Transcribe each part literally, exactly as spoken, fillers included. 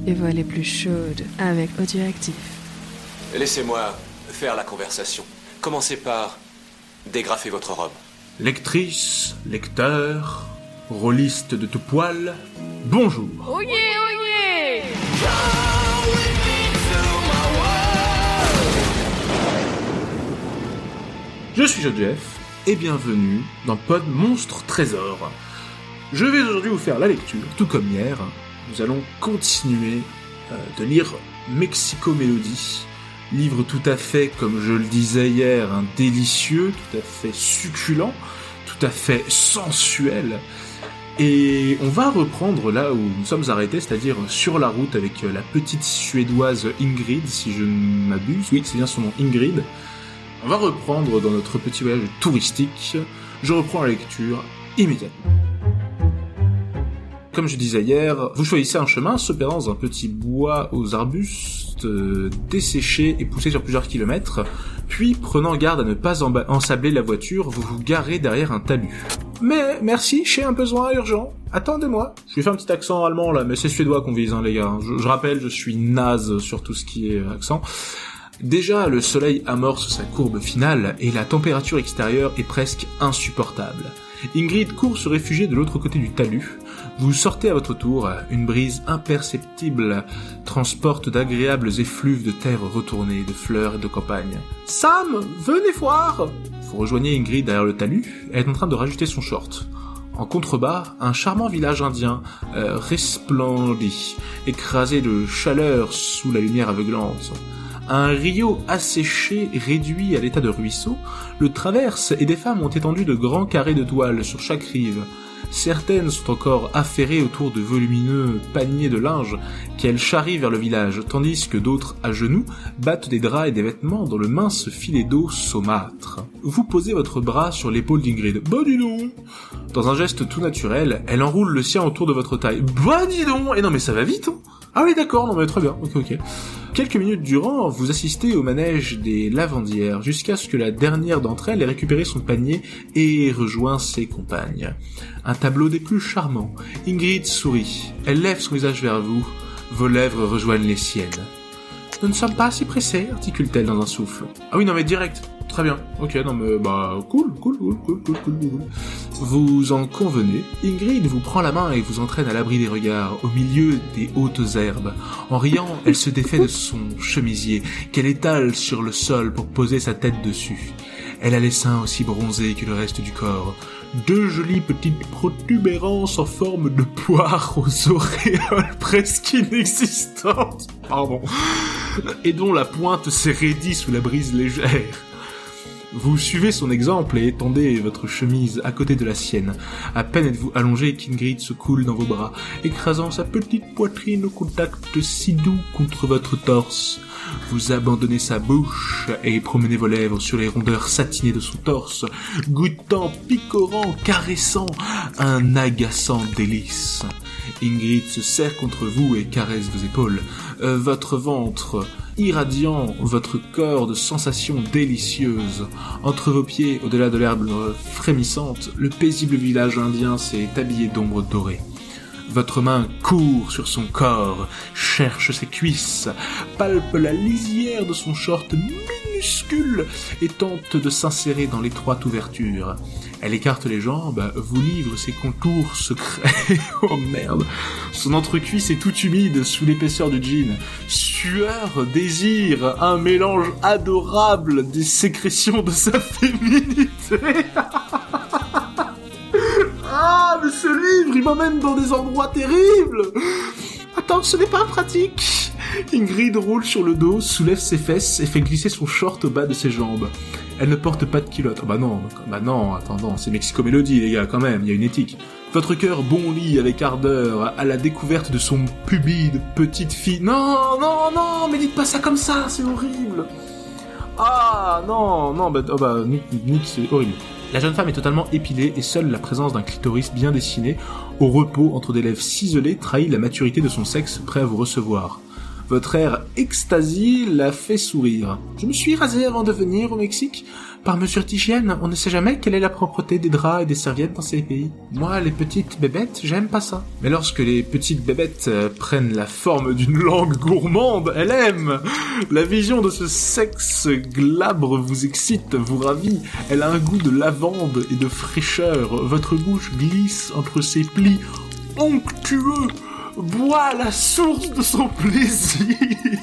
et voix les plus chaudes avec Audioactif. Laissez-moi faire la conversation. Commencez par dégrafer votre robe. Lectrice, lecteur, rôliste de tout poil, bonjour. Oh yeah, oh yeah. Je suis Joseph, et bienvenue dans Pod Monstre Trésor. Je vais aujourd'hui vous faire la lecture, tout comme hier. Nous allons continuer euh, de lire Mexico Mélodie, livre tout à fait, comme je le disais hier, un délicieux, tout à fait succulent, tout à fait sensuel. Et on va reprendre là où nous sommes arrêtés, c'est-à-dire sur la route avec la petite suédoise Ingrid, si je ne m'abuse. Oui, c'est bien son nom, Ingrid. On va reprendre dans notre petit voyage touristique. Je reprends la lecture immédiatement. Comme je disais hier, vous choisissez un chemin se perdant dans un petit bois aux arbustes euh, desséchés et poussés sur plusieurs kilomètres, puis prenant garde à ne pas emba- ensabler la voiture, vous vous garez derrière un talus. Mais merci, j'ai un besoin urgent. Attendez-moi. Je vais faire un petit accent allemand là, mais c'est suédois qu'on vise, hein, les gars. Je, je rappelle, je suis naze sur tout ce qui est accent. Déjà, le soleil amorce sa courbe finale et la température extérieure est presque insupportable. Ingrid court se réfugier de l'autre côté du talus. Vous sortez à votre tour, une brise imperceptible transporte d'agréables effluves de terre retournée, de fleurs et de campagne. « Sam, venez voir !» Vous rejoignez Ingrid derrière le talus, elle est en train de rajouter son short. En contrebas, un charmant village indien euh, resplendit, écrasé de chaleur sous la lumière aveuglante. Un rio asséché, réduit à l'état de ruisseau, le traverse et des femmes ont étendu de grands carrés de toile sur chaque rive. Certaines sont encore affairées autour de volumineux paniers de linge qu'elles charrient vers le village, tandis que d'autres, à genoux, battent des draps et des vêtements dans le mince filet d'eau saumâtre. Vous posez votre bras sur l'épaule d'Ingrid. « Bah dis donc !» Dans un geste tout naturel, elle enroule le sien autour de votre taille. « Bah dis donc !» Et non mais ça va vite, hein. Ah oui d'accord, non mais très bien, ok ok. Quelques minutes durant, vous assistez au manège des lavandières, jusqu'à ce que la dernière d'entre elles ait récupéré son panier et rejoint ses compagnes. Un tableau des plus charmants. Ingrid sourit. Elle lève son visage vers vous. Vos lèvres rejoignent les siennes. « Nous ne sommes pas assez pressés », articule-t-elle dans un souffle. « Ah oui, non mais direct. Très bien. Ok, non mais bah cool, cool, cool, cool, cool, cool, cool. » Vous en convenez, Ingrid vous prend la main et vous entraîne à l'abri des regards, au milieu des hautes herbes. En riant, elle se défait de son chemisier, qu'elle étale sur le sol pour poser sa tête dessus. Elle a les seins aussi bronzés que le reste du corps. Deux jolies petites protubérances en forme de poire aux auréoles presque inexistantes, pardon, et dont la pointe s'est raidie sous la brise légère. Vous suivez son exemple et étendez votre chemise à côté de la sienne. À peine êtes-vous allongé qu'Ingrid se coule dans vos bras, écrasant sa petite poitrine au contact si doux contre votre torse. Vous abandonnez sa bouche et promenez vos lèvres sur les rondeurs satinées de son torse, goûtant, picorant, caressant, un agaçant délice. Ingrid se serre contre vous et caresse vos épaules. Euh, votre ventre irradiant votre corps de sensations délicieuses. Entre vos pieds, au-delà de l'herbe frémissante, le paisible village indien s'est habillé d'ombres dorées. Votre main court sur son corps, cherche ses cuisses, palpe la lisière de son short minuscule et tente de s'insérer dans l'étroite ouverture. Elle écarte les jambes, vous livre ses contours secrets. Oh merde. Son entrecuisse est tout humide sous l'épaisseur du jean. Sueur, désir, un mélange adorable des sécrétions de sa féminité. Ah, mais ce livre, il m'emmène dans des endroits terribles. Attends, ce n'est pas pratique. Ingrid roule sur le dos, soulève ses fesses et fait glisser son short au bas de ses jambes. Elle ne porte pas de culotte. Oh bah non, bah non, attends, non, c'est Mexico Mélodie, les gars, quand même, il y a une éthique. Votre cœur bondit avec ardeur à la découverte de son pubis de petite fille. Non, non, non, mais dites pas ça comme ça, c'est horrible. Ah, non, non, bah, oh bah, Nick, Nick, c'est horrible. La jeune femme est totalement épilée et seule la présence d'un clitoris bien dessiné, au repos entre des lèvres ciselées, trahit la maturité de son sexe prêt à vous recevoir. Votre air extasié l'a fait sourire. Je me suis rasé avant de venir au Mexique. Par mesure d'hygiène, on ne sait jamais quelle est la propreté des draps et des serviettes dans ces pays. Moi, les petites bébêtes, j'aime pas ça. Mais lorsque les petites bébêtes euh, prennent la forme d'une langue gourmande, elle aime. La vision de ce sexe glabre vous excite, vous ravit. Elle a un goût de lavande et de fraîcheur. Votre bouche glisse entre ses plis onctueux. Bois la source de son plaisir.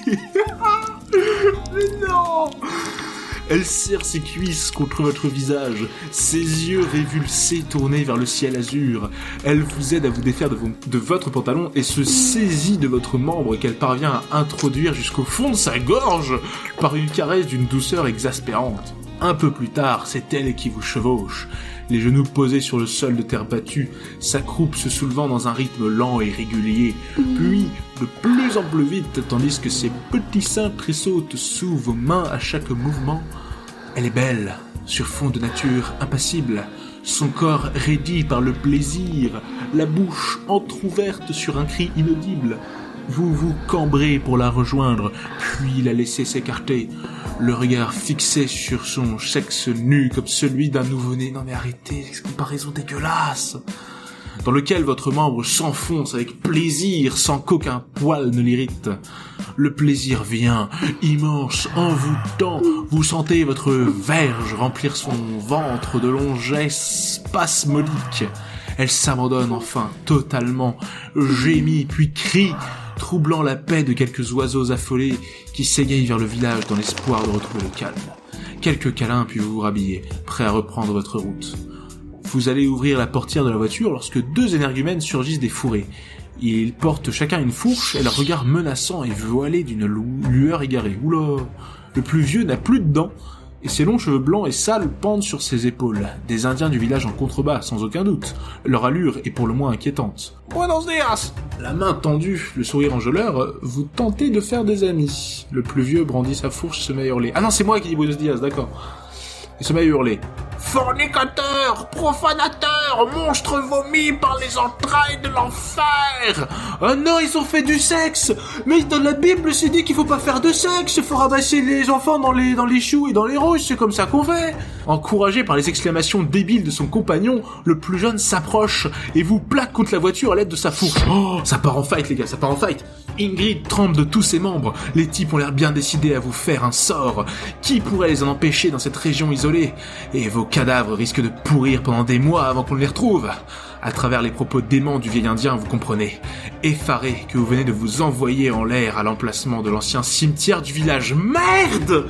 Mais non! Elle serre ses cuisses contre votre visage, ses yeux révulsés tournés vers le ciel azur. Elle vous aide à vous défaire de, vos, de votre pantalon et se saisit de votre membre qu'elle parvient à introduire jusqu'au fond de sa gorge par une caresse d'une douceur exaspérante. Un peu plus tard, c'est elle qui vous chevauche. Les genoux posés sur le sol de terre battue, sa croupe se soulevant dans un rythme lent et régulier, puis de plus en plus vite, tandis que ses petits seins tressautent sous vos mains à chaque mouvement. Elle est belle, sur fond de nature impassible, son corps raidi par le plaisir, la bouche entr'ouverte sur un cri inaudible. Vous vous cambrez pour la rejoindre, puis la laissez s'écarter, le regard fixé sur son sexe nu comme celui d'un nouveau-né. Non mais arrêtez, cette comparaison dégueulasse, dans lequel votre membre s'enfonce avec plaisir sans qu'aucun poil ne l'irrite. Le plaisir vient, immense, envoûtant, vous sentez votre verge remplir son ventre de longs gestes spasmodiques. Elle s'abandonne enfin totalement, gémit puis crie, troublant la paix de quelques oiseaux affolés qui s'égayent vers le village dans l'espoir de retrouver le calme. Quelques câlins puis vous vous rhabillez, prêt à reprendre votre route. Vous allez ouvrir la portière de la voiture lorsque deux énergumènes surgissent des fourrés. Ils portent chacun une fourche et leur regard menaçant est voilé d'une lueur égarée. Oula, le plus vieux n'a plus de dents et ses longs cheveux blancs et sales pendent sur ses épaules. Des Indiens du village en contrebas, sans aucun doute. Leur allure est pour le moins inquiétante. Buenos dias! La main tendue, le sourire enjôleur, vous tentez de faire des amis. Le plus vieux brandit sa fourche, se met à hurler. Ah non, c'est moi qui dis Buenos dias, d'accord. Il se met à hurler. Fornicateur, profanateur, monstre vomi par les entrailles de l'enfer. Oh non, ils ont fait du sexe. Mais dans la Bible, c'est dit qu'il faut pas faire de sexe. Il faut ramasser les enfants dans les, dans les choux et dans les roses, c'est comme ça qu'on fait. Encouragé par les exclamations débiles de son compagnon, le plus jeune s'approche et vous plaque contre la voiture à l'aide de sa fourche. Oh, ça part en fight les gars, ça part en fight. Ingrid tremble de tous ses membres. Les types ont l'air bien décidés à vous faire un sort. Qui pourrait les en empêcher dans cette région isolée? Et vos cadavres risquent de pourrir pendant des mois avant qu'on les retrouve. À travers les propos déments du vieil indien, vous comprenez, effaré, que vous venez de vous envoyer en l'air à l'emplacement de l'ancien cimetière du village. Merde!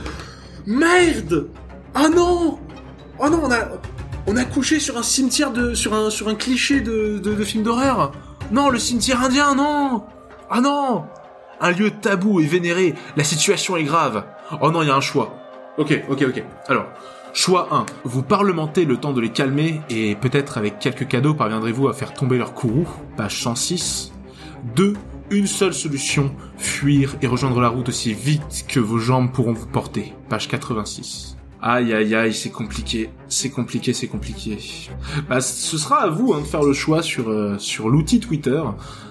Merde! Ah non! Oh non, on a, on a couché sur un cimetière de, sur un, sur un cliché de, de, de film d'horreur. Non, le cimetière indien, non! Ah non! Un lieu tabou et vénéré, la situation est grave. Oh non, il y a un choix. Ok, ok, ok. Alors, choix un. Vous parlementez le temps de les calmer et peut-être avec quelques cadeaux parviendrez-vous à faire tomber leur courroux. Page cent six. deux. Une seule solution, fuir et rejoindre la route aussi vite que vos jambes pourront vous porter. Page quatre-vingt-six. Aïe aïe aïe, c'est compliqué, c'est compliqué, c'est compliqué. Bah, ce sera à vous hein, de faire le choix sur, euh, sur l'outil Twitter.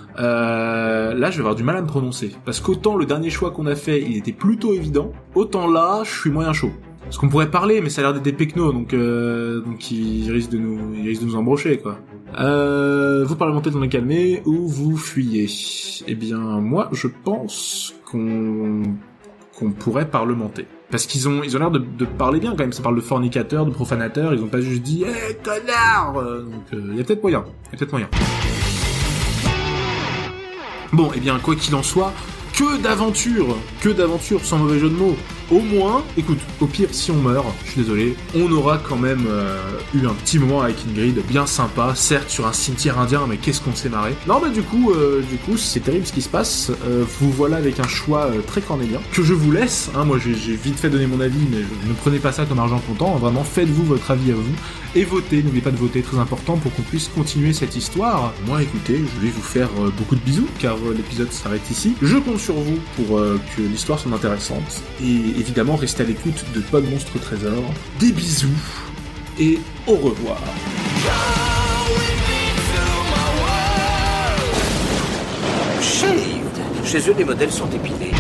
Euh, là, je vais avoir du mal à me prononcer. Parce qu'autant le dernier choix qu'on a fait, il était plutôt évident, autant là, je suis moyen chaud. Parce qu'on pourrait parler, mais ça a l'air d'être des pecnos, donc euh, donc ils risquent de nous, ils risquent de nous embrocher, quoi. Euh, vous parlementez dans le calmer ou vous fuyez. Eh bien, moi, je pense qu'on qu'on pourrait parlementer. Parce qu'ils ont, ils ont l'air de, de parler bien quand même. Ça parle de fornicateur, de profanateur. Ils ont pas juste dit, eh, connard. Donc, il euh, y a peut-être moyen. Il y a peut-être moyen. Bon, eh bien, quoi qu'il en soit, que d'aventure, que d'aventure, sans mauvais jeu de mots. Au moins, écoute, au pire, si on meurt, je suis désolé, on aura quand même euh, eu un petit moment avec Ingrid bien sympa, certes sur un cimetière indien, mais qu'est-ce qu'on s'est marré. Non, bah du coup, euh, du coup, c'est terrible ce qui se passe. Euh, vous voilà avec un choix euh, très cornélien que je vous laisse. Hein, moi, j'ai, j'ai vite fait donner mon avis, mais je, ne prenez pas ça comme argent comptant. Vraiment, faites-vous votre avis à vous et votez. N'oubliez pas de voter, très important pour qu'on puisse continuer cette histoire. Moi, écoutez, je vais vous faire euh, beaucoup de bisous car euh, l'épisode s'arrête ici. Je compte sur vous pour euh, que l'histoire soit intéressante et évidemment, restez à l'écoute de Pod Monstre Trésor. Des bisous et au revoir. Shaved. Chez eux, les modèles sont épilés.